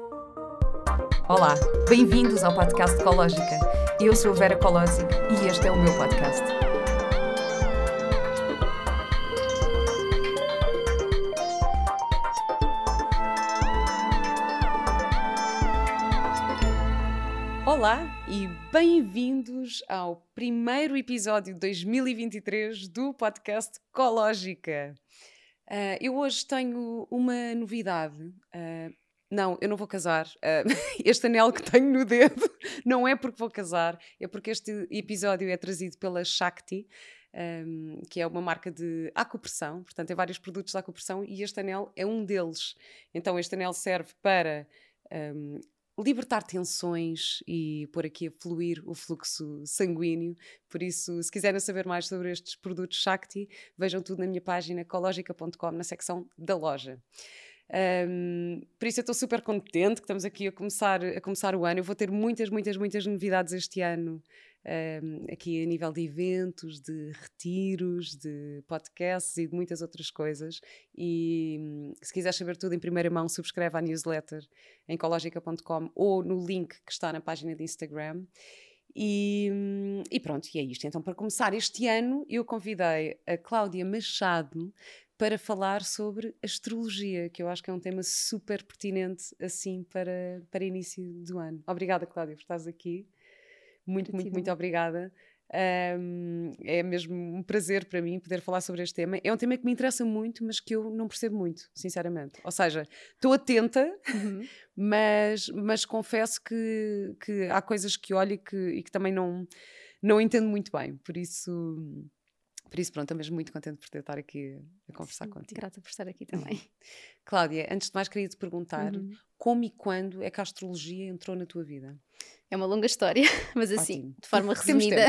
Olá, bem-vindos ao podcast Ecológica. Eu sou a Vera Colosic e este é o meu podcast. Olá e bem-vindos ao primeiro episódio de 2023 do podcast Ecológica. Eu hoje tenho uma novidade. Não, eu não vou casar. Este anel que tenho no dedo não é porque vou casar, é porque este episódio é trazido pela Shakti, que é uma marca de acupressão. Portanto, tem vários produtos de acupressão e este anel é um deles. Então, este anel serve para libertar tensões e pôr aqui a fluir o fluxo sanguíneo. Por isso, se quiserem saber mais sobre estes produtos Shakti, vejam tudo na minha página ecologica.com, na secção da loja. Por isso eu estou super contente que estamos aqui a começar o ano. Eu vou ter muitas novidades este ano, aqui a nível de eventos, de retiros, de podcasts e de muitas outras coisas. E se quiser saber tudo em primeira mão, subscreve à newsletter em ecologica.com ou no link que está na página de Instagram. E pronto, e é isto. Então, para começar este ano, eu convidei a Cláudia Machado para falar sobre astrologia, que eu acho que é um tema super pertinente assim para início do ano. Obrigada, Cláudia, por estares aqui. Muito obrigada. É mesmo um prazer para mim poder falar sobre este tema. É um tema que me interessa muito, mas que eu não percebo muito, sinceramente. Ou seja, estou atenta, mas confesso que há coisas que olho e que também não entendo muito bem. Por isso, pronto, estou mesmo muito contente por estar aqui a conversar contigo. Grata por estar aqui também. Cláudia, antes de mais queria-te perguntar como e quando é que a astrologia entrou na tua vida? É uma longa história, mas assim, Ótimo. de forma resumida,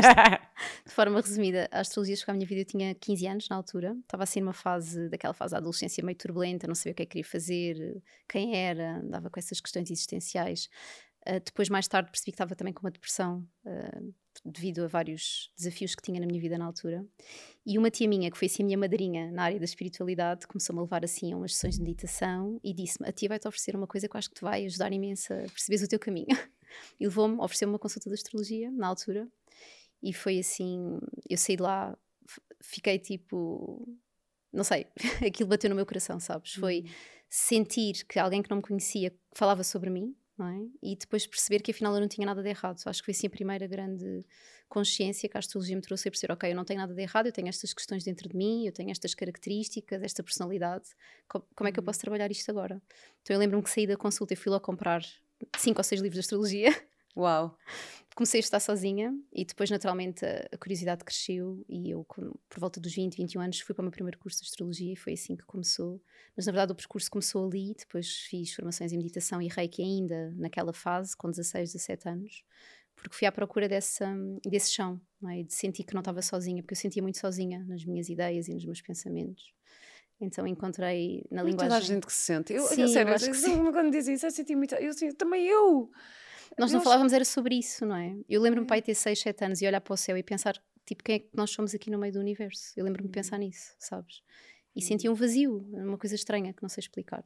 a astrologia chegou à minha vida, eu tinha 15 anos na altura, estava assim numa daquela fase da adolescência meio turbulenta, não sabia o que é que queria fazer, quem era, andava com essas questões existenciais. Depois, mais tarde, percebi que estava também com uma depressão devido a vários desafios que tinha na minha vida na altura. E uma tia minha, que foi assim a minha madrinha na área da espiritualidade, começou-me a levar assim a umas sessões de meditação e disse-me: a tia vai-te oferecer uma coisa que eu acho que te vai ajudar imenso a perceberes o teu caminho. E levou-me, ofereceu-me uma consulta de astrologia na altura e foi assim, eu saí de lá, fiquei tipo, não sei, aquilo bateu no meu coração, sabes? Foi sentir que alguém que não me conhecia falava sobre mim, não é? E depois perceber que afinal eu não tinha nada de errado. Acho que foi assim a primeira grande consciência que a astrologia me trouxe a perceber: ok, eu não tenho nada de errado, eu tenho estas questões dentro de mim, eu tenho estas características, esta personalidade, como é que eu posso trabalhar isto agora? Então eu lembro-me que saí da consulta e fui lá comprar 5 ou 6 livros de astrologia. Uau! Comecei a estar sozinha e depois naturalmente a curiosidade cresceu e eu por volta dos 20, 21 anos fui para o meu primeiro curso de astrologia e foi assim que começou. Mas na verdade o percurso começou ali, depois fiz formações em meditação e reiki ainda naquela fase, com 16, 17 anos, porque fui à procura desse chão, não é? De sentir que não estava sozinha, porque eu sentia muito sozinha nas minhas ideias e nos meus pensamentos. Então encontrei na linguagem... Toda a gente que se sente. Sim, sério, eu acho que sim. Quando dizem isso, eu senti muito. Também eu! Nós não falávamos era sobre isso, não é? Eu lembro-me pai ter 6, 7 anos e olhar para o céu e pensar, tipo, quem é que nós somos aqui no meio do universo? Eu lembro-me de pensar nisso, sabes? E sentia um vazio, uma coisa estranha que não sei explicar.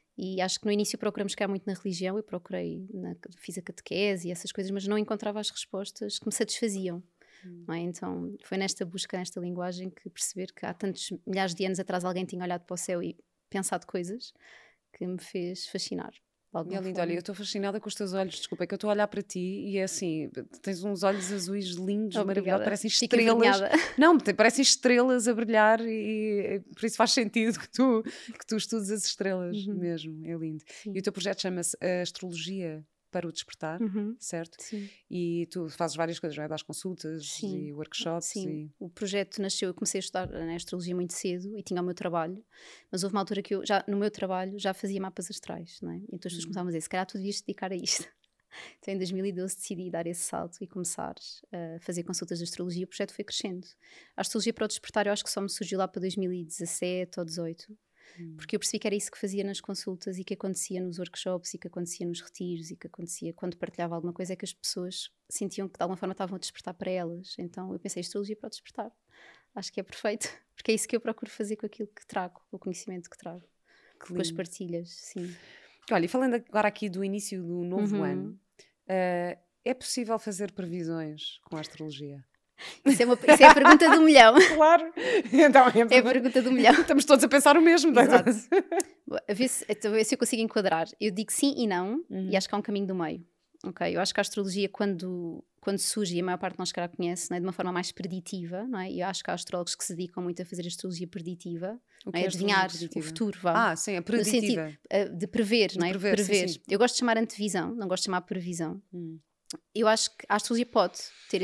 E acho que no início procuramos ficar muito na religião, eu fiz a catequese e essas coisas, mas não encontrava as respostas que me satisfaziam. Não é? Então foi nesta busca, nesta linguagem, que perceber que há tantos milhares de anos atrás alguém tinha olhado para o céu e pensado coisas que me fez fascinar. Minha linda, olha, eu estou fascinada com os teus olhos, desculpa, é que eu estou a olhar para ti e é assim, tens uns olhos azuis lindos, maravilhosos, parecem estrelas. Não, parecem estrelas a brilhar e por isso faz sentido que tu estudes as estrelas mesmo, é lindo. Sim. E o teu projeto chama-se Astrologia para o Despertar, certo? Sim. E tu fazes várias coisas, não é? Das consultas e workshops. Sim, o projeto nasceu, eu comecei a estudar astrologia muito cedo e tinha o meu trabalho, mas houve uma altura que eu no meu trabalho já fazia mapas astrais, não é? Então as pessoas começavam a dizer: se calhar tu devias te dedicar a isto. Então em 2012 decidi dar esse salto e começar a fazer consultas de astrologia. O projeto foi crescendo. A astrologia para o despertar eu acho que só me surgiu lá para 2017 ou 2018. Porque eu percebi que era isso que fazia nas consultas e que acontecia nos workshops e que acontecia nos retiros e que acontecia quando partilhava alguma coisa, é que as pessoas sentiam que de alguma forma estavam a despertar para elas. Então eu pensei: astrologia para o despertar, acho que é perfeito, porque é isso que eu procuro fazer com aquilo que trago, com o conhecimento que trago, com as partilhas, sim. Olha, e falando agora aqui do início do novo ano, é possível fazer previsões com a astrologia? Isso é a pergunta do milhão. Claro! Então, É a pergunta do milhão. Estamos todos a pensar o mesmo. Exato. A ver se eu consigo enquadrar. Eu digo sim e não, e acho que há um caminho do meio. Okay? Eu acho que a astrologia, quando surge, e a maior parte de nós que a conhece, não é? De uma forma mais preditiva, não é? E eu acho que há astrólogos que se dedicam muito a fazer a astrologia preditiva, o que é? Adivinhar o futuro. Vá. Sim, a preditiva. No sentido de prever, não é? Prever. Sim. Eu gosto de chamar antevisão, não gosto de chamar previsão. Eu acho que a astrologia pode ter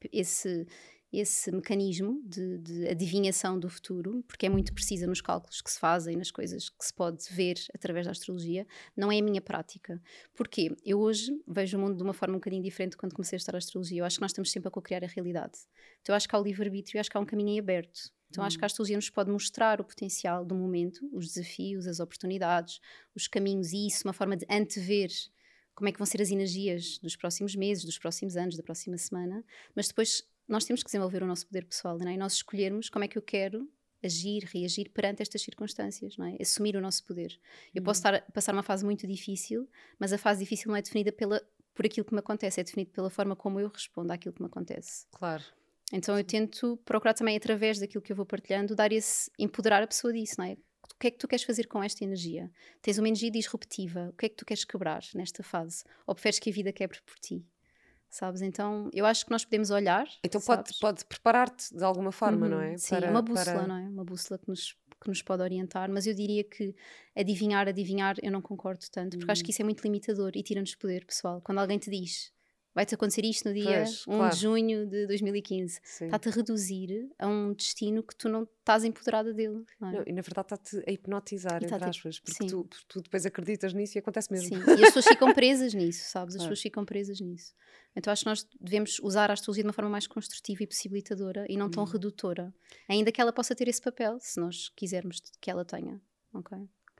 esse mecanismo de adivinhação do futuro, porque é muito precisa nos cálculos que se fazem, nas coisas que se pode ver através da astrologia. Não é a minha prática. Porquê? Eu hoje vejo o mundo de uma forma um bocadinho diferente quando comecei a estudar a astrologia. Eu acho que nós estamos sempre a co-criar a realidade. Então eu acho que há o livre-arbítrio e acho que há um caminho em aberto. Então acho que a astrologia nos pode mostrar o potencial do momento, os desafios, as oportunidades, os caminhos, e isso, uma forma de antever como é que vão ser as energias dos próximos meses, dos próximos anos, da próxima semana, mas depois nós temos que desenvolver o nosso poder pessoal, não é? E nós escolhermos como é que eu quero agir, reagir perante estas circunstâncias, não é? Assumir o nosso poder. Eu posso passar uma fase muito difícil, mas a fase difícil não é definida por aquilo que me acontece, é definida pela forma como eu respondo àquilo que me acontece. Claro. Então eu tento procurar também, através daquilo que eu vou partilhando, empoderar a pessoa disso, não é? O que é que tu queres fazer com esta energia? Tens uma energia disruptiva, o que é que tu queres quebrar nesta fase? Ou preferes que a vida quebre por ti? Sabes? Então, eu acho que nós podemos olhar. Então pode preparar-te de alguma forma, não é? Sim, é uma bússola, não é? Uma bússola que nos pode orientar, mas eu diria que adivinhar, eu não concordo tanto, porque acho que isso é muito limitador e tira-nos poder, pessoal. Quando alguém te diz, vai-te acontecer isto no dia 1 de junho de 2015, está-te a reduzir a um destino que tu não estás empoderada dele. Não é? Não, e na verdade está-te a hipnotizar, entre aspas, porque tu depois acreditas nisso e acontece mesmo. Sim, e as pessoas ficam presas nisso, sabes? As pessoas ficam presas nisso. Então acho que nós devemos usar a astrologia de uma forma mais construtiva e possibilitadora e não tão redutora, ainda que ela possa ter esse papel, se nós quisermos que ela tenha. Ok?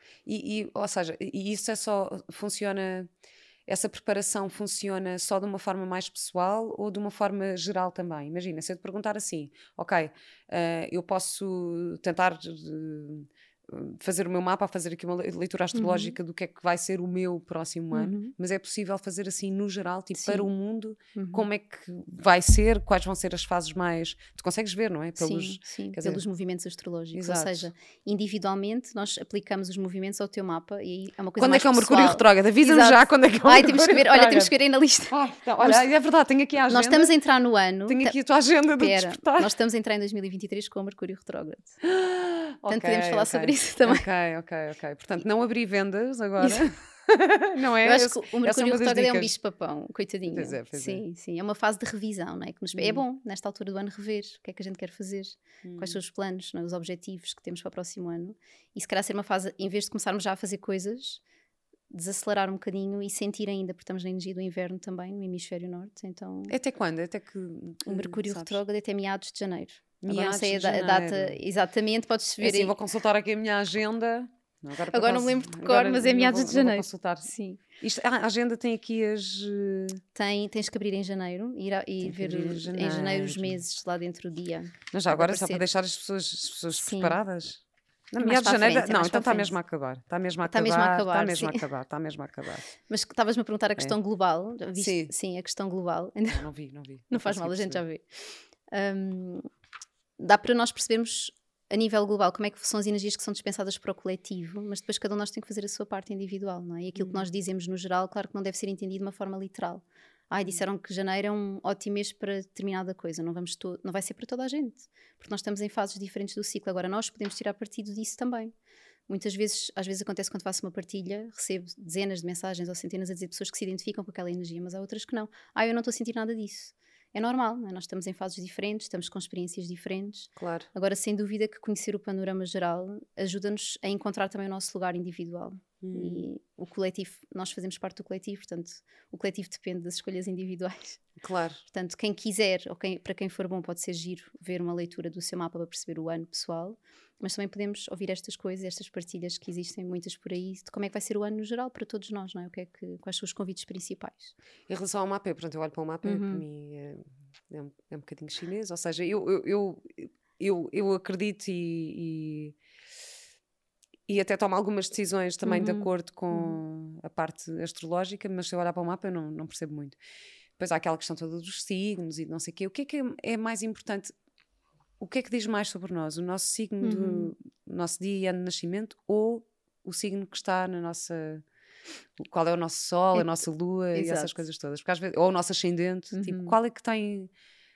Ou seja, isso funciona... Essa preparação funciona só de uma forma mais pessoal ou de uma forma geral também? Imagina, se eu te perguntar assim, ok, eu posso tentar fazer o meu mapa, fazer aqui uma leitura astrológica do que é que vai ser o meu próximo ano, mas é possível fazer assim no geral, tipo para o mundo, como é que vai ser, quais vão ser as fases mais... Tu consegues ver, não é? Pelos movimentos astrológicos. Exato. Ou seja, individualmente nós aplicamos os movimentos ao teu mapa e aí é uma coisa quando mais é que é o pessoal. Mercúrio retrógrado? Avisa-me já quando é que é o Mercúrio temos que ver, olha, temos que ver aí na lista. Então, olha, é verdade, tenho aqui a agenda. Nós estamos a entrar no ano... Tenho aqui a tua agenda do despertar. Nós estamos a entrar em 2023 com o Mercúrio retrógrado. Portanto, podemos falar sobre isso também. Ok. Portanto, não abrir vendas agora. Não é? Eu acho que o Mercúrio retrógrado é um bicho-papão, coitadinho. Pois é. Sim. É uma fase de revisão, não é? É bom, nesta altura do ano, rever o que é que a gente quer fazer, quais são os planos, não é? Os objetivos que temos para o próximo ano. E se calhar ser uma fase, em vez de começarmos já a fazer coisas, desacelerar um bocadinho e sentir ainda, porque estamos na energia do inverno também, no hemisfério norte. Então, até quando? Até que o Mercúrio retrógrado até meados de janeiro. Agora não sei a data exatamente, podes ver. Vou consultar aqui a minha agenda. Agora não me lembro de cor, mas é meados de janeiro. Vou consultar. Sim. A agenda tem aqui Tens que abrir em janeiro e ver em janeiro os meses lá dentro do dia. Mas já agora, só para deixar as pessoas preparadas. Meados de janeiro. Não, então está mesmo a acabar. Está mesmo a acabar. Mas estavas-me a perguntar a questão global. Sim, a questão global. Não vi. Não faz mal, a gente já vê. Dá para nós percebermos a nível global como é que são as energias que são dispensadas para o coletivo, mas depois cada um de nós tem que fazer a sua parte individual, não é? E aquilo que nós dizemos no geral, claro que não deve ser entendido de uma forma literal. Disseram que janeiro é um ótimo mês para determinada coisa, não vai ser para toda a gente, porque nós estamos em fases diferentes do ciclo. Agora nós podemos tirar partido disso também. Às vezes acontece quando faço uma partilha, recebo dezenas de mensagens ou centenas a dizer pessoas que se identificam com aquela energia, mas há outras que não. Eu não estou a sentir nada disso. É normal, não é? Nós estamos em fases diferentes, estamos com experiências diferentes. Claro. Agora, sem dúvida que conhecer o panorama geral ajuda-nos a encontrar também o nosso lugar individual. E o coletivo, nós fazemos parte do coletivo, portanto, o coletivo depende das escolhas individuais. Claro. Portanto, quem quiser, ou para quem for bom, pode ser giro ver uma leitura do seu mapa para perceber o ano pessoal, mas também podemos ouvir estas coisas, estas partilhas que existem muitas por aí, de como é que vai ser o ano no geral para todos nós, não é? Quais são os convites principais? Em relação ao mapa, portanto, eu olho para o mapa, para mim é um bocadinho chinês, ou seja, eu acredito E até toma algumas decisões também de acordo com a parte astrológica, mas se eu olhar para o mapa eu não percebo muito. Depois há aquela questão toda dos signos e não sei o quê. O que é mais importante? O que é que diz mais sobre nós? O nosso signo do nosso dia e ano de nascimento ou o signo que está na nossa... Qual é o nosso sol, a nossa lua e essas coisas todas? Porque às vezes, ou o nosso ascendente, tipo, qual é que tem...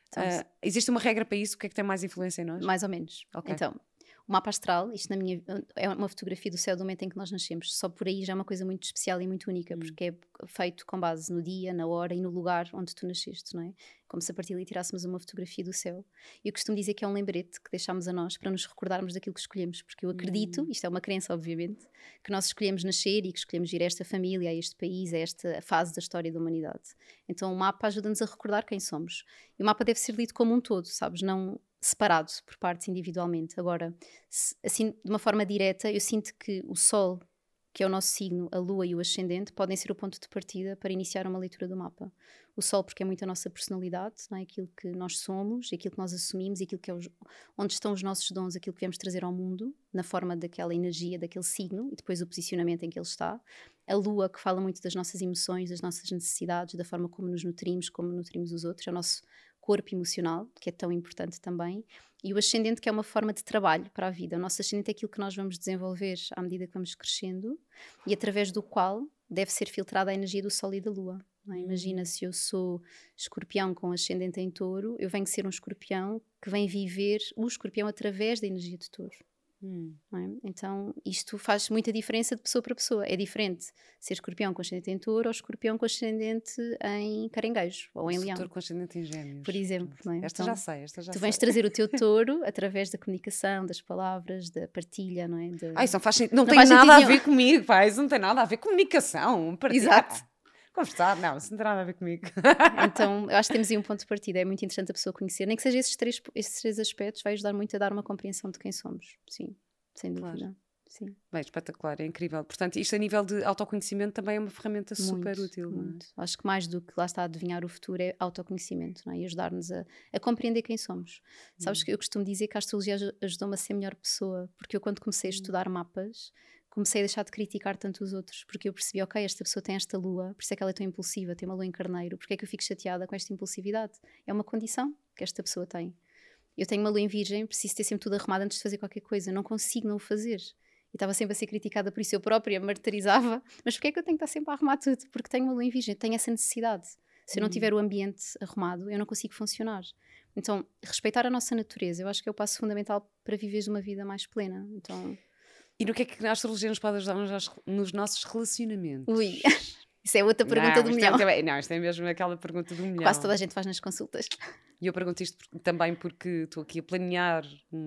existe uma regra para isso? O que é que tem mais influência em nós? Mais ou menos. Okay. Então, o mapa astral, isto é uma fotografia do céu do momento em que nós nascemos. Só por aí já é uma coisa muito especial e muito única, porque é feito com base no dia, na hora e no lugar onde tu nasceste, não é? Como se a partir dali tirássemos uma fotografia do céu. E eu costumo dizer que é um lembrete que deixamos a nós para nos recordarmos daquilo que escolhemos, porque eu acredito, isto é uma crença obviamente, que nós escolhemos nascer e que escolhemos ir a esta família, a este país, a esta fase da história da humanidade. Então o mapa ajuda-nos a recordar quem somos. E o mapa deve ser lido como um todo, sabes? Não separado por partes individualmente. Agora, assim, de uma forma direta, eu sinto que o Sol, que é o nosso signo, a Lua e o Ascendente, podem ser o ponto de partida para iniciar uma leitura do mapa. O Sol porque é muito a nossa personalidade, não é? Aquilo que nós somos, aquilo que nós assumimos, aquilo que é onde estão os nossos dons, aquilo que viemos trazer ao mundo, na forma daquela energia, daquele signo, e depois o posicionamento em que ele está. A Lua, que fala muito das nossas emoções, das nossas necessidades, da forma como nos nutrimos, como nutrimos os outros, é o nosso corpo emocional, que é tão importante também, e o ascendente, que é uma forma de trabalho para a vida. O nosso ascendente é aquilo que nós vamos desenvolver à medida que vamos crescendo e através do qual deve ser filtrada a energia do Sol e da Lua. Não é? Imagina, se eu sou escorpião com ascendente em touro, eu venho ser um escorpião que vem viver o escorpião através da energia de touro. Não é? Então isto faz muita diferença de pessoa para pessoa. É diferente ser escorpião com ascendente em touro ou escorpião com ascendente em caranguejo ou em leão. Touro com ascendente em gêmeos, por exemplo, não é? Esta então, já sei. Tu vens trazer o teu touro através da comunicação, das palavras, da partilha, não é? Isso não faz sentido. Não tem nada a ver comigo, pá. Isso não tem nada a ver com comunicação, partilha. Exato. Conversar, não, isso não tem nada a ver comigo. Então, eu acho que temos aí um ponto de partida. É muito interessante a pessoa conhecer. Nem que seja esses três aspectos, vai ajudar muito a dar uma compreensão de quem somos. Sim, sem dúvida. Claro. Sim. Bem, espetacular, é incrível. Portanto, isto a nível de autoconhecimento também é uma ferramenta super útil. Muito. Não é? Acho que mais do que lá está a adivinhar o futuro é autoconhecimento, não é? E ajudar-nos a compreender quem somos. Sabes que eu costumo dizer que a astrologia ajudou-me a ser melhor pessoa, porque eu quando comecei a estudar mapas, comecei a deixar de criticar tanto os outros, porque eu percebi, ok, esta pessoa tem esta lua, por isso é que ela é tão impulsiva, tem uma lua em carneiro, porque é que eu fico chateada com esta impulsividade? É uma condição que esta pessoa tem. Eu tenho uma lua em virgem, preciso ter sempre tudo arrumado antes de fazer qualquer coisa, não consigo não o fazer. E estava sempre a ser criticada por isso, eu própria martirizava, mas porquê é que eu tenho que estar sempre a arrumar tudo? Porque tenho uma lua em virgem, tenho essa necessidade. Se eu não tiver o ambiente arrumado, eu não consigo funcionar. Então, respeitar a nossa natureza, eu acho que é o passo fundamental para viveres uma vida mais plena. Então... E no que é que a astrologia nos pode ajudar nos nossos relacionamentos? Ui, isso é outra pergunta do milhão. Isto é mesmo aquela pergunta do milhão. Quase toda a gente faz nas consultas. E eu pergunto isto também porque estou aqui a planear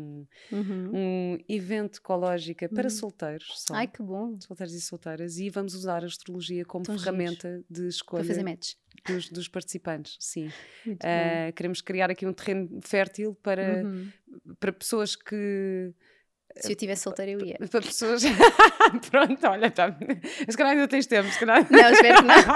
um evento ecológico para solteiros. Só. Ai, que bom. Solteiros e solteiras. E vamos usar a astrologia como ferramenta de escolha. Para fazer match. Dos participantes, sim. Queremos criar aqui um terreno fértil para pessoas que... Se eu estivesse solteira, eu ia. Para pessoas... Pronto, olha, tá. Se calhar ainda tens tempo. Se calhar... Não, espero que não.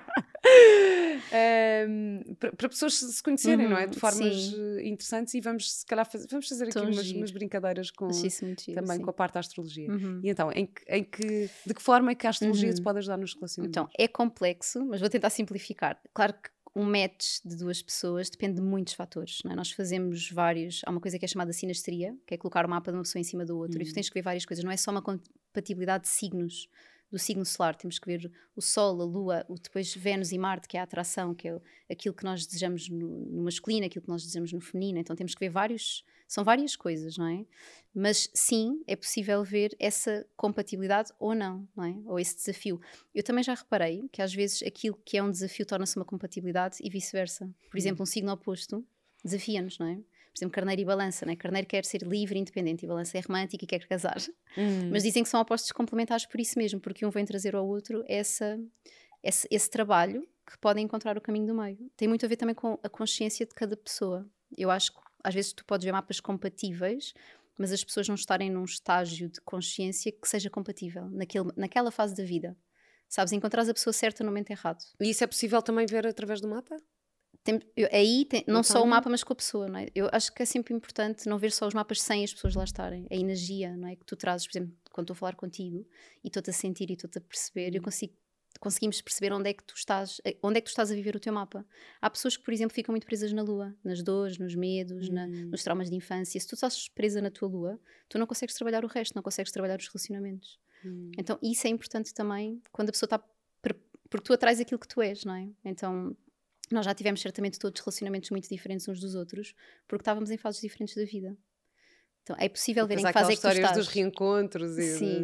Para pessoas se conhecerem, não é? De formas interessantes, e vamos, se calhar, vamos fazer aqui umas brincadeiras com, também com a parte da astrologia. E então, de que forma é que a astrologia te pode ajudar nos relacionamentos? Então, é complexo, mas vou tentar simplificar. Claro que um match de duas pessoas depende de muitos fatores, não é? Nós fazemos vários, há uma coisa que é chamada sinastria, que é colocar o mapa de uma pessoa em cima do outro, e tu tens que ver várias coisas, não é só uma compatibilidade de signos, do signo solar, temos que ver o Sol, a Lua, depois Vênus e Marte, que é a atração, que é aquilo que nós desejamos no masculino, aquilo que nós desejamos no feminino, então temos que ver são várias coisas, não é? Mas sim, é possível ver essa compatibilidade ou não é? Ou esse desafio. Eu também já reparei que às vezes aquilo que é um desafio torna-se uma compatibilidade e vice-versa. Por exemplo, um signo oposto desafia-nos, não é? Por exemplo, Carneiro e Balança, né? Carneiro quer ser livre e independente e Balança é romântico e quer casar. Mas dizem que são opostos complementares por isso mesmo, porque um vem trazer ao outro esse trabalho que podem encontrar o caminho do meio. Tem muito a ver também com a consciência de cada pessoa. Eu acho que às vezes tu podes ver mapas compatíveis, mas as pessoas não estarem num estágio de consciência que seja compatível naquela fase da vida. Sabes, encontrares a pessoa certa no momento errado. E isso é possível também ver através do mapa? Não só o mapa, mas com a pessoa, não é? Eu acho que é sempre importante não ver só os mapas sem as pessoas lá estarem. A energia, não é? Que tu trazes, por exemplo, quando estou a falar contigo e estou-te a sentir e estou-te a perceber, conseguimos perceber onde é que tu estás a viver o teu mapa. Há pessoas que, por exemplo, ficam muito presas na lua, nas dores, nos medos, nos traumas de infância. Se tu estás presa na tua lua, tu não consegues trabalhar o resto, não consegues trabalhar os relacionamentos. Então isso é importante também quando a pessoa está... Porque tu atrás aquilo que tu és, não é? Então nós já tivemos certamente todos relacionamentos muito diferentes uns dos outros, porque estávamos em fases diferentes da vida. Então é possível ver em que fase é que tu estás. Histórias dos reencontros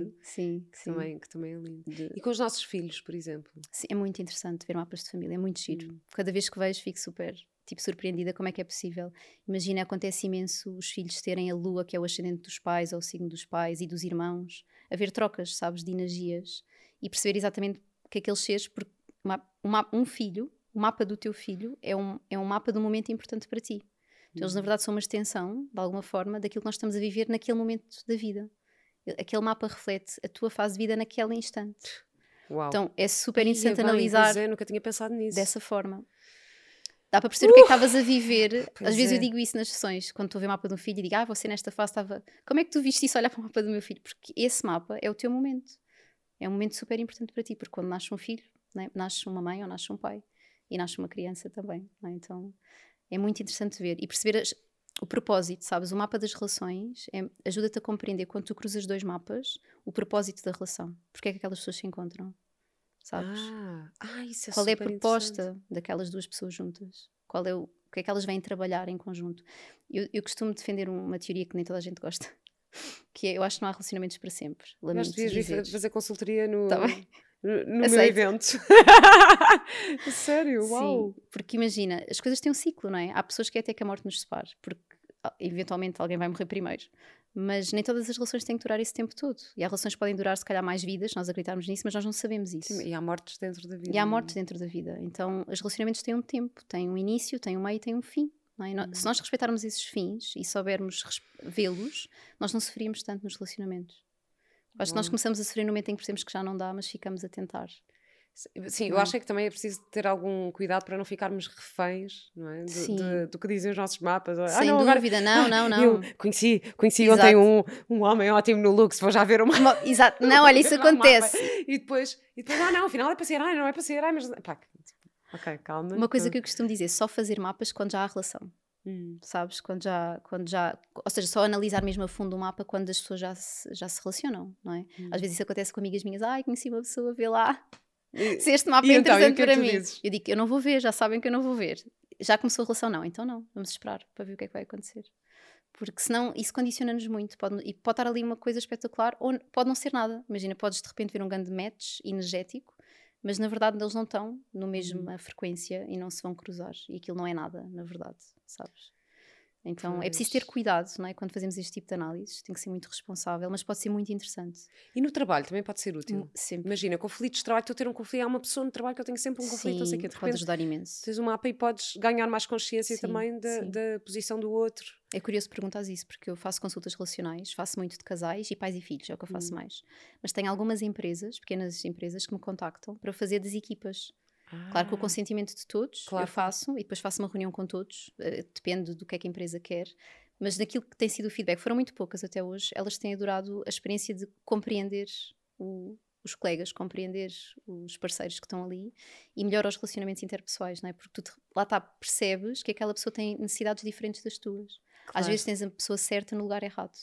que também é lindo. E com os nossos filhos, por exemplo? Sim, é muito interessante ver mapas de família, é muito giro. Cada vez que vejo fico super surpreendida como é que é possível. Imagina, acontece imenso os filhos terem a lua, que é o ascendente dos pais, ou o signo dos pais e dos irmãos, haver trocas, sabes, de energias e perceber exatamente o que é que eles seres, porque um filho, o mapa do teu filho é um mapa de um momento importante para ti. Então, eles, na verdade, são uma extensão, de alguma forma, daquilo que nós estamos a viver naquele momento da vida. Aquele mapa reflete a tua fase de vida naquele instante. Uau. Então, é super interessante analisar nunca tinha pensado nisso. Dessa forma. Dá para perceber o que é que estavas a viver. Às vezes eu digo isso nas sessões, quando estou a ver o mapa de um filho, e digo, você nesta fase estava... Como é que tu viste isso, olhar para o mapa do meu filho? Porque esse mapa é o teu momento. É um momento super importante para ti, porque quando nasce um filho, né, nasce uma mãe ou nasce um pai. E nasce uma criança também. Né? Então... é muito interessante ver e perceber o propósito, sabes? O mapa das relações ajuda-te a compreender, quando tu cruzas dois mapas, o propósito da relação. Porque é que aquelas pessoas se encontram, sabes? Isso é Qual é a super proposta daquelas duas pessoas juntas? O que é que elas vêm trabalhar em conjunto? Eu costumo defender uma teoria que nem toda a gente gosta, que é, eu acho que não há relacionamentos para sempre. Mas devias vir fazer consultoria no... Tá bem. No meu evento. Sério, uau! Sim, porque imagina, as coisas têm um ciclo, não é? Há pessoas que até que a morte nos separe, porque eventualmente alguém vai morrer primeiro. Mas nem todas as relações têm que durar esse tempo todo. E há relações que podem durar, se calhar, mais vidas, nós acreditarmos nisso, mas nós não sabemos isso. Sim, e há mortes dentro da vida. E há mortes dentro da vida. Então, os relacionamentos têm um tempo, têm um início, têm um meio e têm um fim. Não é? Se nós respeitarmos esses fins e soubermos vê-los, nós não sofríamos tanto nos relacionamentos. Acho que nós começamos a sofrer no momento em que percebemos que já não dá, mas ficamos a tentar. Sim, eu acho que também é preciso ter algum cuidado para não ficarmos reféns, não é? Do que dizem os nossos mapas. Sem dúvida, não. Eu conheci ontem um homem ótimo no Lux, vou já ver uma... Exato, não, olha, isso acontece. E depois, não, afinal é para ser, não é para ser, mas... Pá, ok, calma. Uma coisa que eu costumo dizer, só fazer mapas quando já há relação. Sabes? Quando já, ou seja, só analisar mesmo a fundo o mapa quando as pessoas já se relacionam, não é? Às vezes isso acontece com amigas minhas, conheci uma pessoa, vê lá, se este mapa é interessante para mim. Eu digo, eu não vou ver, já sabem que eu não vou ver. Já começou a relação? Não, então não, vamos esperar para ver o que é que vai acontecer. Porque senão isso condiciona-nos muito, e pode estar ali uma coisa espetacular, ou pode não ser nada. Imagina, podes de repente ver um grande match energético, mas na verdade eles não estão na mesma frequência e não se vão cruzar, e aquilo não é nada, na verdade, sabes? Então é preciso ter cuidado, não é? Quando fazemos este tipo de análises, tem que ser muito responsável, mas pode ser muito interessante. E no trabalho também pode ser útil? Sempre. Imagina, conflitos de trabalho, estou a ter um conflito, há uma pessoa no trabalho que eu tenho sempre um conflito, não sei o quê. De pode ajudar imenso. Tens um mapa e podes ganhar mais consciência também da posição do outro. É curioso perguntar isso, porque eu faço consultas relacionais, faço muito de casais e pais e filhos, é o que eu faço mais. Mas tenho algumas empresas, pequenas empresas, que me contactam para fazer das equipas. Claro que o consentimento de todos eu faço, e depois faço uma reunião com todos, depende do que é que a empresa quer. Mas naquilo que tem sido o feedback, foram muito poucas até hoje, elas têm adorado a experiência de compreender os colegas, compreender os parceiros que estão ali e melhora os relacionamentos interpessoais, não é? Porque tu lá percebes que aquela pessoa tem necessidades diferentes das tuas. Claro. Às vezes tens a pessoa certa no lugar errado.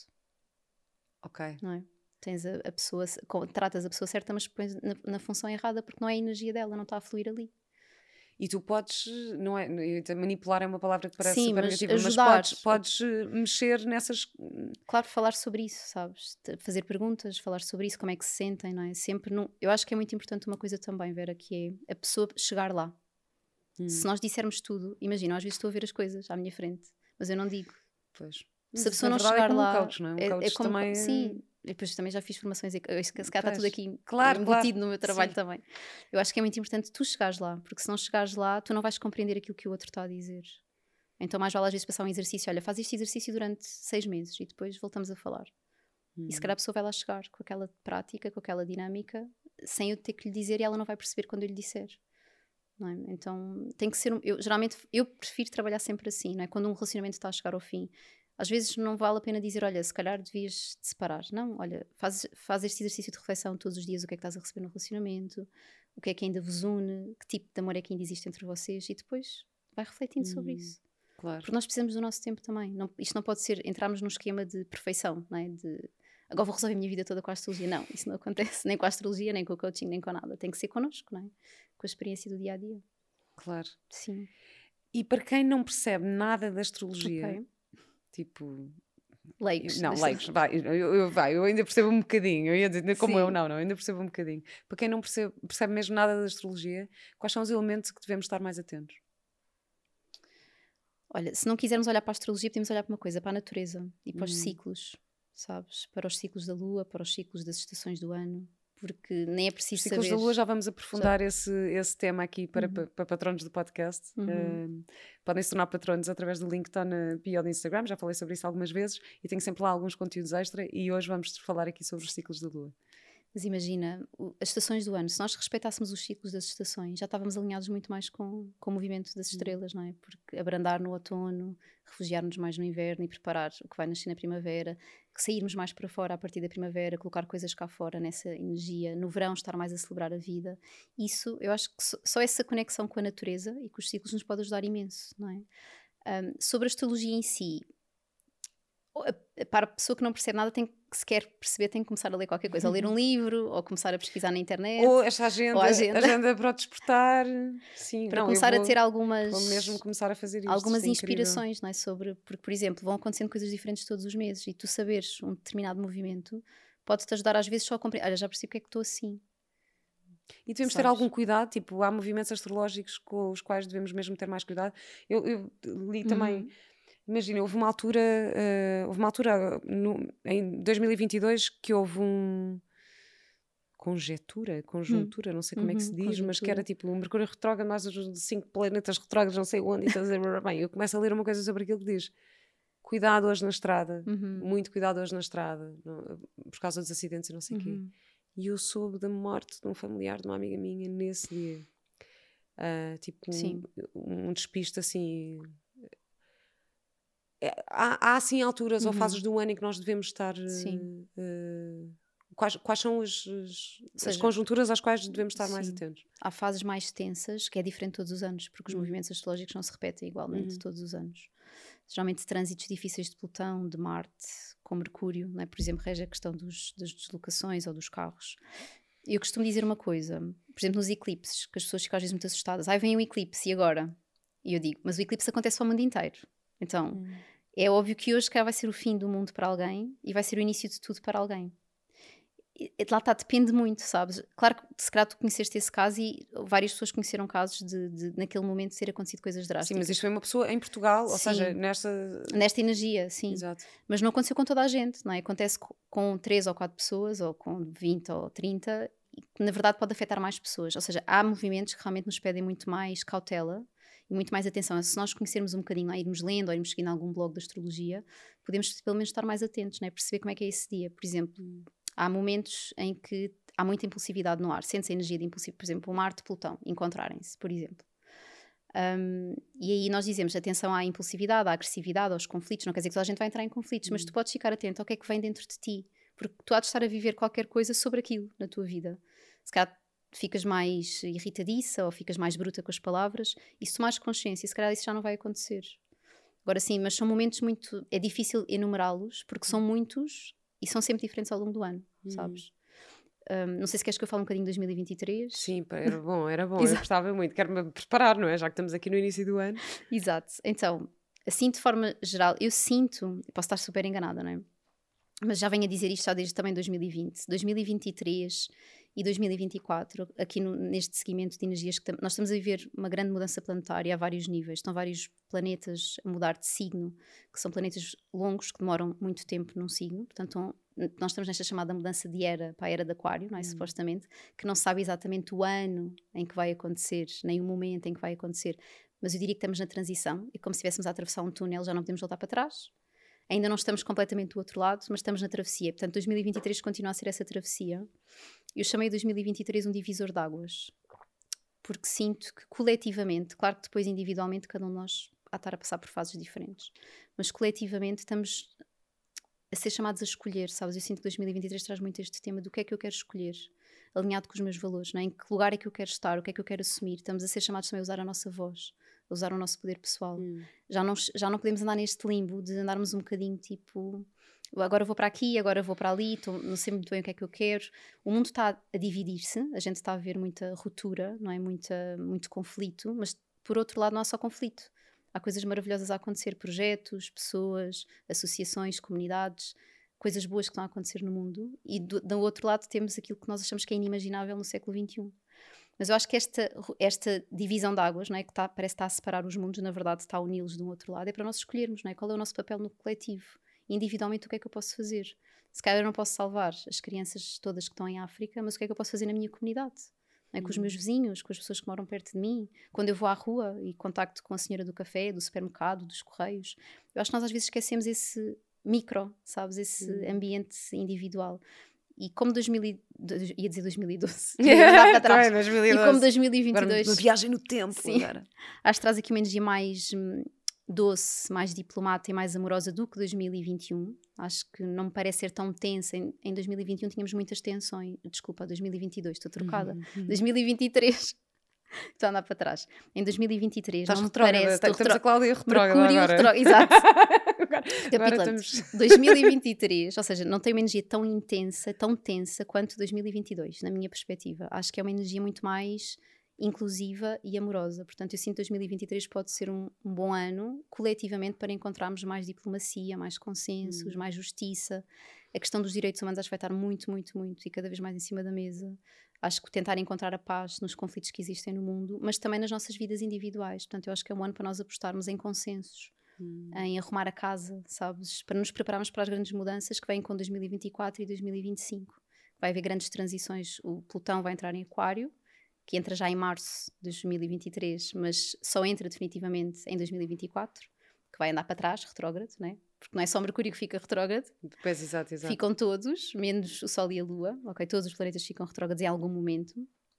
Ok. Não é? Tens a pessoa, tratas a pessoa certa, mas pões na função errada porque não é a energia dela, não está a fluir ali. E tu podes, não é? Manipular é uma palavra que parece super negativa, ajudar, mas podes mexer nessas. Claro, falar sobre isso, sabes? Fazer perguntas, falar sobre isso, como é que se sentem, não é? Sempre. Eu acho que é muito importante uma coisa também, Vera, que é a pessoa chegar lá. Se nós dissermos tudo, imagina, às vezes estou a ver as coisas à minha frente, mas eu não digo. Pois. Se a pessoa não chegar lá. Coach, não é? Coach como, também... Sim. E depois também já fiz formações, se calhar está tudo aqui embutido no meu trabalho também. Eu acho que é muito importante tu chegares lá, porque se não chegares lá, tu não vais compreender aquilo que o outro está a dizer. Então mais vale às vezes passar um exercício, olha, faz este exercício durante 6 meses e depois voltamos a falar. E se calhar a pessoa vai lá chegar com aquela prática, com aquela dinâmica, sem eu ter que lhe dizer, e ela não vai perceber quando eu lhe disser. Não é? Então tem que ser, geralmente eu prefiro trabalhar sempre assim, não é? Quando um relacionamento está a chegar ao fim, Às vezes não vale a pena dizer, olha, se calhar devias te separar. Não, olha, faz este exercício de reflexão todos os dias, o que é que estás a receber no relacionamento, o que é que ainda vos une, que tipo de amor é que ainda existe entre vocês, e depois vai refletindo sobre isso. Claro. Porque nós precisamos do nosso tempo também. Isto não pode ser entrarmos num esquema de perfeição, não é? Agora vou resolver a minha vida toda com a astrologia. Não, isso não acontece nem com a astrologia, nem com o coaching, nem com nada. Tem que ser connosco, não é? Com a experiência do dia a dia. Claro. Sim. E para quem não percebe nada da astrologia, Ok. tipo... Leigos. Não, leigos, eu ainda percebo um bocadinho, eu ia dizer como Sim. eu ainda percebo um bocadinho. Para quem não percebe mesmo nada da astrologia, quais são os elementos que devemos estar mais atentos? Olha, se não quisermos olhar para a astrologia, podemos olhar para uma coisa, para a natureza e para os ciclos, sabes? Para os ciclos da lua, para os ciclos das estações do ano, porque nem é preciso Os ciclos saber... da lua, já vamos aprofundar esse tema aqui para patronos do podcast. Podem se tornar patronos através do link que está na bio do Instagram, já falei sobre isso algumas vezes e tenho sempre lá alguns conteúdos extra e hoje vamos falar aqui sobre os ciclos da lua. Mas imagina, as estações do ano, se nós respeitássemos os ciclos das estações, já estávamos alinhados muito mais com o movimento das estrelas, não é? Porque abrandar no outono, refugiar-nos mais no inverno e preparar o que vai nascer na primavera, que sairmos mais para fora a partir da primavera, colocar coisas cá fora nessa energia, no verão estar mais a celebrar a vida. Isso, eu acho que só essa conexão com a natureza e com os ciclos nos pode ajudar imenso, não é? Sobre a astrologia em si, para a pessoa que não percebe nada, tem que, se quer perceber, tem que começar a ler qualquer coisa, ou ler um livro, ou começar a pesquisar na internet, ou esta agenda para o despertar, sim, para começar a ter algumas, vou mesmo começar a fazer isto, algumas inspirações, não é? Porque, por exemplo, vão acontecendo coisas diferentes todos os meses e tu saberes um determinado movimento pode-te ajudar às vezes só a compreender, olha, já percebi porque é que estou assim. E devemos ter algum cuidado, tipo, há movimentos astrológicos com os quais devemos mesmo ter mais cuidado. Eu li também, imagina, houve uma altura em 2022 que houve conjuntura, não sei como é que se diz, mas que era tipo um Mercúrio retrógrado, mais os 5 planetas retrógrados, não sei onde, e estás a dizer, bem, eu começo a ler uma coisa sobre aquilo que diz: cuidado hoje na estrada, muito cuidado hoje na estrada, por causa dos acidentes e não sei o quê. E eu soube da morte de um familiar de uma amiga minha nesse dia. Tipo, um despiste assim. Há assim alturas ou fases do ano em que nós devemos estar. Quais são as conjunturas às quais devemos estar mais atentos? Há fases mais tensas, que é diferente todos os anos, porque os movimentos astrológicos não se repetem igualmente todos os anos. Geralmente trânsitos difíceis de Plutão, de Marte, com Mercúrio, não é? Por exemplo, rege a questão das deslocações ou dos carros. Eu costumo dizer uma coisa, por exemplo, nos eclipses, que as pessoas ficam às vezes muito assustadas. Vem um eclipse, e agora? E eu digo, mas o eclipse acontece para o mundo inteiro. Então, é óbvio que hoje vai ser o fim do mundo para alguém e vai ser o início de tudo para alguém. Lá está, depende muito, sabes? Claro que se calhar tu conheceste esse caso e várias pessoas conheceram casos de naquele momento ter acontecido coisas drásticas. Sim, mas isto foi uma pessoa em Portugal, ou seja, nesta energia, sim. Exato. Mas não aconteceu com toda a gente, não é? Acontece com 3 ou 4 pessoas, ou com 20 ou 30, e que na verdade pode afetar mais pessoas. Ou seja, há movimentos que realmente nos pedem muito mais cautela e muito mais atenção. Se nós conhecermos um bocadinho, irmos lendo ou irmos seguindo algum blog de astrologia, podemos pelo menos estar mais atentos, não é? Perceber como é que é esse dia. Por exemplo, há momentos em que há muita impulsividade no ar, sente-se a energia de impulsividade, por exemplo, o Marte e Plutão encontrarem-se, por exemplo. E aí nós dizemos atenção à impulsividade, à agressividade, aos conflitos. Não quer dizer que toda a gente vai entrar em conflitos, mas tu podes ficar atento ao que é que vem dentro de ti, porque tu há de estar a viver qualquer coisa sobre aquilo na tua vida. Se calhar ficas mais irritadiça ou ficas mais bruta com as palavras, e se tomares consciência, se calhar isso já não vai acontecer. Agora sim, mas são momentos muito... É difícil enumerá-los, porque são muitos e são sempre diferentes ao longo do ano, sabes? Não sei se queres que eu fale um bocadinho de 2023. Sim, era bom. Eu gostava muito, quero-me preparar, não é? Já que estamos aqui no início do ano. Exato. Então, assim de forma geral, eu sinto, posso estar super enganada, não é? Mas já venho a dizer isto já desde também 2020, 2023 e 2024, aqui neste seguimento de energias que nós estamos a viver uma grande mudança planetária a vários níveis. Estão vários planetas a mudar de signo, que são planetas longos que demoram muito tempo num signo. Portanto, nós estamos nesta chamada mudança de era para a era de Aquário, não é? Supostamente, que não se sabe exatamente o ano em que vai acontecer, nem o momento em que vai acontecer. Mas eu diria que estamos na transição, e como se estivéssemos a atravessar um túnel, já não podemos voltar para trás. Ainda não estamos completamente do outro lado, mas estamos na travessia. Portanto, 2023 continua a ser essa travessia. Eu chamei 2023 um divisor de águas, porque sinto que coletivamente, claro que depois individualmente cada um de nós a estar a passar por fases diferentes. Mas coletivamente estamos a ser chamados a escolher, sabes? Eu sinto que 2023 traz muito este tema do que é que eu quero escolher, alinhado com os meus valores, não é? Em que lugar é que eu quero estar, o que é que eu quero assumir. Estamos a ser chamados também a usar a nossa voz, a usar o nosso poder pessoal. Já não podemos andar neste limbo de andarmos um bocadinho tipo, agora vou para aqui, agora vou para ali, não sei muito bem o que é que eu quero. O mundo está a dividir-se, a gente está a ver muita ruptura, não é? Muito conflito, mas por outro lado não há só conflito. Há coisas maravilhosas a acontecer, projetos, pessoas, associações, comunidades, coisas boas que estão a acontecer no mundo, e do outro lado temos aquilo que nós achamos que é inimaginável no século XXI. Mas eu acho que esta divisão de águas, não é, que parece estar a separar os mundos, na verdade está a uni-los de um outro lado, é para nós escolhermos, não é? Qual é o nosso papel no coletivo. Individualmente, o que é que eu posso fazer? Se calhar eu não posso salvar as crianças todas que estão em África, mas o que é que eu posso fazer na minha comunidade? Não é? Com os meus vizinhos, com as pessoas que moram perto de mim, quando eu vou à rua e contacto com a senhora do café, do supermercado, dos correios. Eu acho que nós às vezes esquecemos esse micro, sabes? Esse ambiente individual. E como ia dizer 2012, para trás. 2012. E como 2022, uma viagem no tempo. Sim, acho que traz aqui uma energia mais doce, mais diplomata e mais amorosa do que 2021. Acho que não me parece ser tão tensa. Em 2021 tínhamos muitas tensões. Desculpa, 2022, estou trocada. 2023, estou a andar para trás. Em 2023 Estás não me parece... Temos a Cláudia retrógrada Mercúrio agora. Exato. Agora 2023, ou seja, não tem uma energia tão intensa, tão tensa quanto 2022, na minha perspectiva. Acho que é uma energia muito mais inclusiva e amorosa. Portanto, eu sinto que 2023 pode ser um bom ano, coletivamente, para encontrarmos mais diplomacia, mais consensos, mais justiça. A questão dos direitos humanos acho que vai estar muito, muito, muito e cada vez mais em cima da mesa. Acho que tentar encontrar a paz nos conflitos que existem no mundo, mas também nas nossas vidas individuais. Portanto, eu acho que é um ano para nós apostarmos em consensos, em arrumar a casa, sabes? Para nos prepararmos para as grandes mudanças que vêm com 2024 e 2025. Vai haver grandes transições. O Plutão vai entrar em Aquário, que entra já em março de 2023, mas só entra definitivamente em 2024, que vai andar para trás, retrógrado, né? Porque não é só Mercúrio que fica retrógrado. Pois, exato. Ficam todos, menos o Sol e a Lua, ok? Todos os planetas ficam retrógrados em algum momento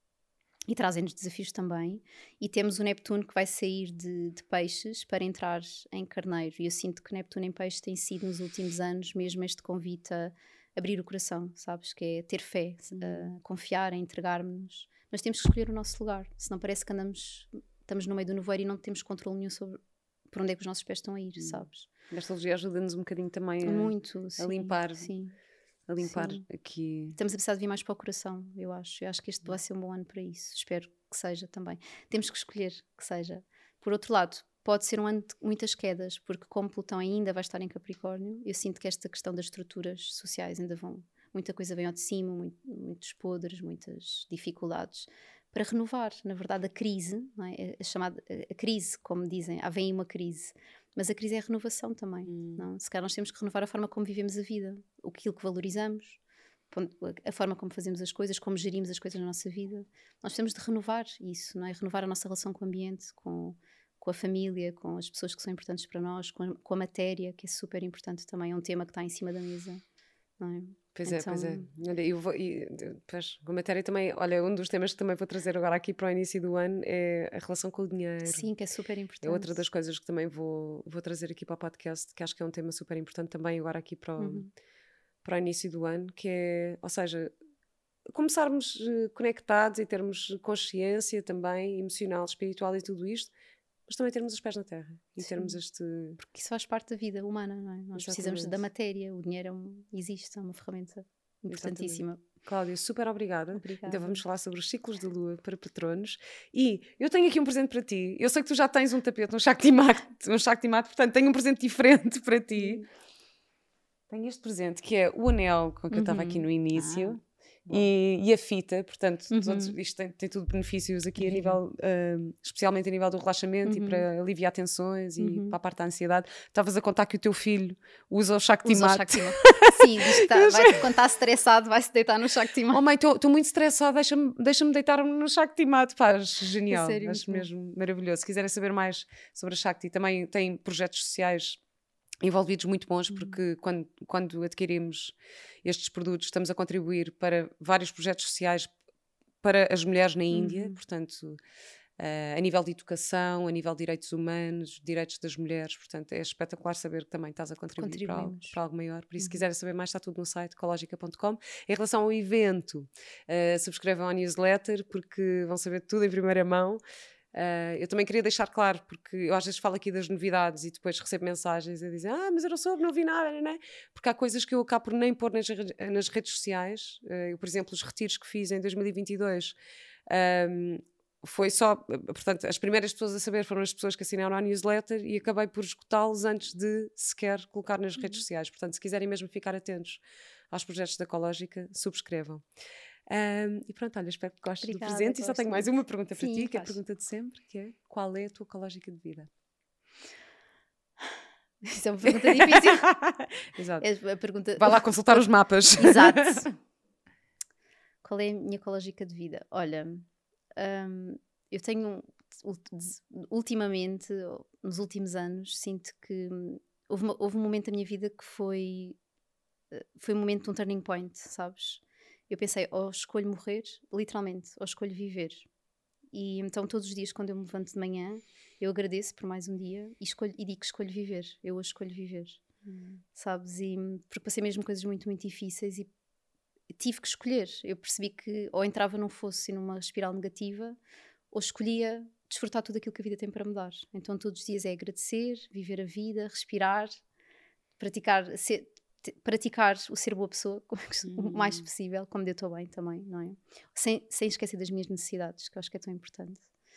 e trazem-nos desafios também. E temos o Neptuno que vai sair de Peixes para entrar em Carneiro. E eu sinto que Neptuno em Peixes tem sido nos últimos anos mesmo este convite a abrir o coração, sabes? Que é ter fé, confiar, entregar-nos. Mas temos que escolher o nosso lugar, senão parece que estamos no meio do nevoeiro e não temos controle nenhum sobre por onde é que os nossos pés estão a ir, sabes? A astrologia ajuda-nos um bocadinho também a limpar. Sim. A limpar aqui. Estamos a precisar de vir mais para o coração, eu acho. Eu acho que este vai ser um bom ano para isso. Espero que seja também. Temos que escolher que seja. Por outro lado, pode ser um ano de muitas quedas, porque como Plutão ainda vai estar em Capricórnio, eu sinto que esta questão das estruturas sociais ainda muita coisa vem ao de cima, muitos podres, muitas dificuldades, para renovar, na verdade, a crise, não é? A crise, como dizem, vem aí uma crise, mas a crise é a renovação também, não? Se calhar nós temos que renovar a forma como vivemos a vida, aquilo que valorizamos, a forma como fazemos as coisas, como gerimos as coisas na nossa vida. Nós temos de renovar isso, não é? Renovar a nossa relação com o ambiente, com a família, com as pessoas que são importantes para nós, com a matéria, que é super importante também, é um tema que está em cima da mesa, não é? Pois é. Olha, pois, com a matéria também, olha, um dos temas que também vou trazer agora aqui para o início do ano é a relação com o dinheiro. Sim, que é super importante. É outra das coisas que também vou trazer aqui para o podcast, que acho que é um tema super importante também agora aqui para o início do ano, que é, ou seja, começarmos conectados e termos consciência também, emocional, espiritual e tudo isto, mas também termos os pés na terra e termos este... Porque isso faz parte da vida humana, não é? Nós precisamos da matéria, o dinheiro existe, é uma ferramenta importantíssima. Exatamente. Cláudia, super obrigada. Então vamos falar sobre os ciclos de lua para patronos. E eu tenho aqui um presente para ti. Eu sei que tu já tens um tapete, um Shakti Mat, portanto tenho um presente diferente para ti. Tenho este presente que é o anel com que eu estava aqui no início. E a fita, portanto, isto tem tudo benefícios aqui a nível, especialmente a nível do relaxamento e para aliviar tensões e para a parte da ansiedade. Estavas a contar que o teu filho usa o Shakti Mat. Sim, quando está estressado vai-se deitar no Shakti Mat. Oh mãe, estou muito estressada, deixa-me deitar-me no Shakti Mat. Pá, genial, sério, acho mesmo maravilhoso. Se quiserem saber mais sobre a Shakti, também tem projetos sociais envolvidos muito bons, porque quando adquirimos estes produtos estamos a contribuir para vários projetos sociais para as mulheres na Índia, portanto a nível de educação, a nível de direitos humanos, direitos das mulheres. Portanto, é espetacular saber que também estás a contribuir para algo maior. Por isso, se quiserem saber mais, está tudo no site ecologica.com. Em relação ao evento, subscrevam a newsletter, porque vão saber tudo em primeira mão. Eu também queria deixar claro, porque eu às vezes falo aqui das novidades e depois recebo mensagens a dizer mas eu não soube, não vi nada, não é? Porque há coisas que eu acabo por nem pôr nas redes sociais. Eu, por exemplo, os retiros que fiz em 2022 foi só, portanto, as primeiras pessoas a saber foram as pessoas que assinaram a newsletter e acabei por esgotá-los antes de sequer colocar nas redes sociais. Portanto, se quiserem mesmo ficar atentos aos projetos da Ecológica, subscrevam. E pronto, olha, espero que gostes do presente. E só tenho mais uma pergunta para ti, que é a pergunta de sempre, que é: qual é a tua ecológica de vida? Isso é uma pergunta difícil. Exato. É a pergunta... Vai lá consultar os mapas. Exato. Qual é a minha ecológica de vida? Olha, eu tenho ultimamente, nos últimos anos, sinto que houve um momento da minha vida que foi um momento de um turning point, sabes? Eu pensei, ou escolho morrer, literalmente, ou escolho viver. E então todos os dias quando eu me levanto de manhã, eu agradeço por mais um dia e digo que escolho viver. Eu hoje escolho viver, sabes? E porque passei mesmo coisas muito, muito difíceis e tive que escolher. Eu percebi que ou entrava num fosso e numa espiral negativa, ou escolhia desfrutar tudo aquilo que a vida tem para me dar. Então todos os dias é agradecer, viver a vida, respirar, praticar o ser boa pessoa o mais possível, quando eu estou bem também, não é? Sem esquecer das minhas necessidades, que eu acho que é tão importante.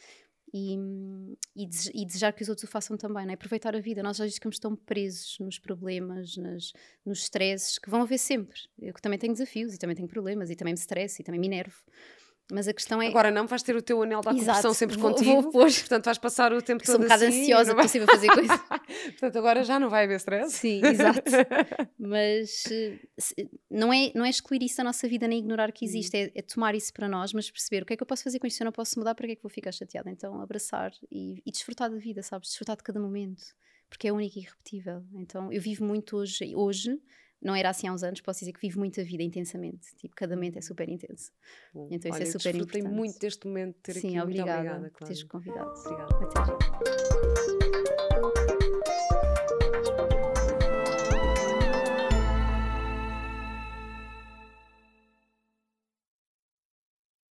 E desejar que os outros o façam também, não é? Aproveitar a vida. Nós às vezes ficamos tão presos nos problemas, nos stresses, que vão haver sempre. Eu também tenho desafios e também tenho problemas e também me estresso e também me enervo. Mas a questão é... Agora não, vais ter o teu anel da acupressão sempre contigo. Vou pôr. Portanto, vais passar o tempo todo Sou um bocado assim, ansiosa, estou sempre a fazer coisas. Portanto, agora já não vai haver stress. Sim, exato. Mas não é excluir isso da nossa vida nem ignorar que existe. É tomar isso para nós, mas perceber o que é que eu posso fazer com isto. Se eu não posso mudar, para que é que vou ficar chateada? Então abraçar e desfrutar da vida, sabes? Desfrutar de cada momento. Porque é único e irrepetível. Então eu vivo muito hoje. Não era assim há uns anos, posso dizer que vivo muito a vida intensamente. Tipo, cada momento é super intenso. Bom, então isso olha, é super importante. Desfrutei muito deste momento de ter Sim, aqui. obrigada Muito obrigada, por teres convidado. Obrigada. Até já.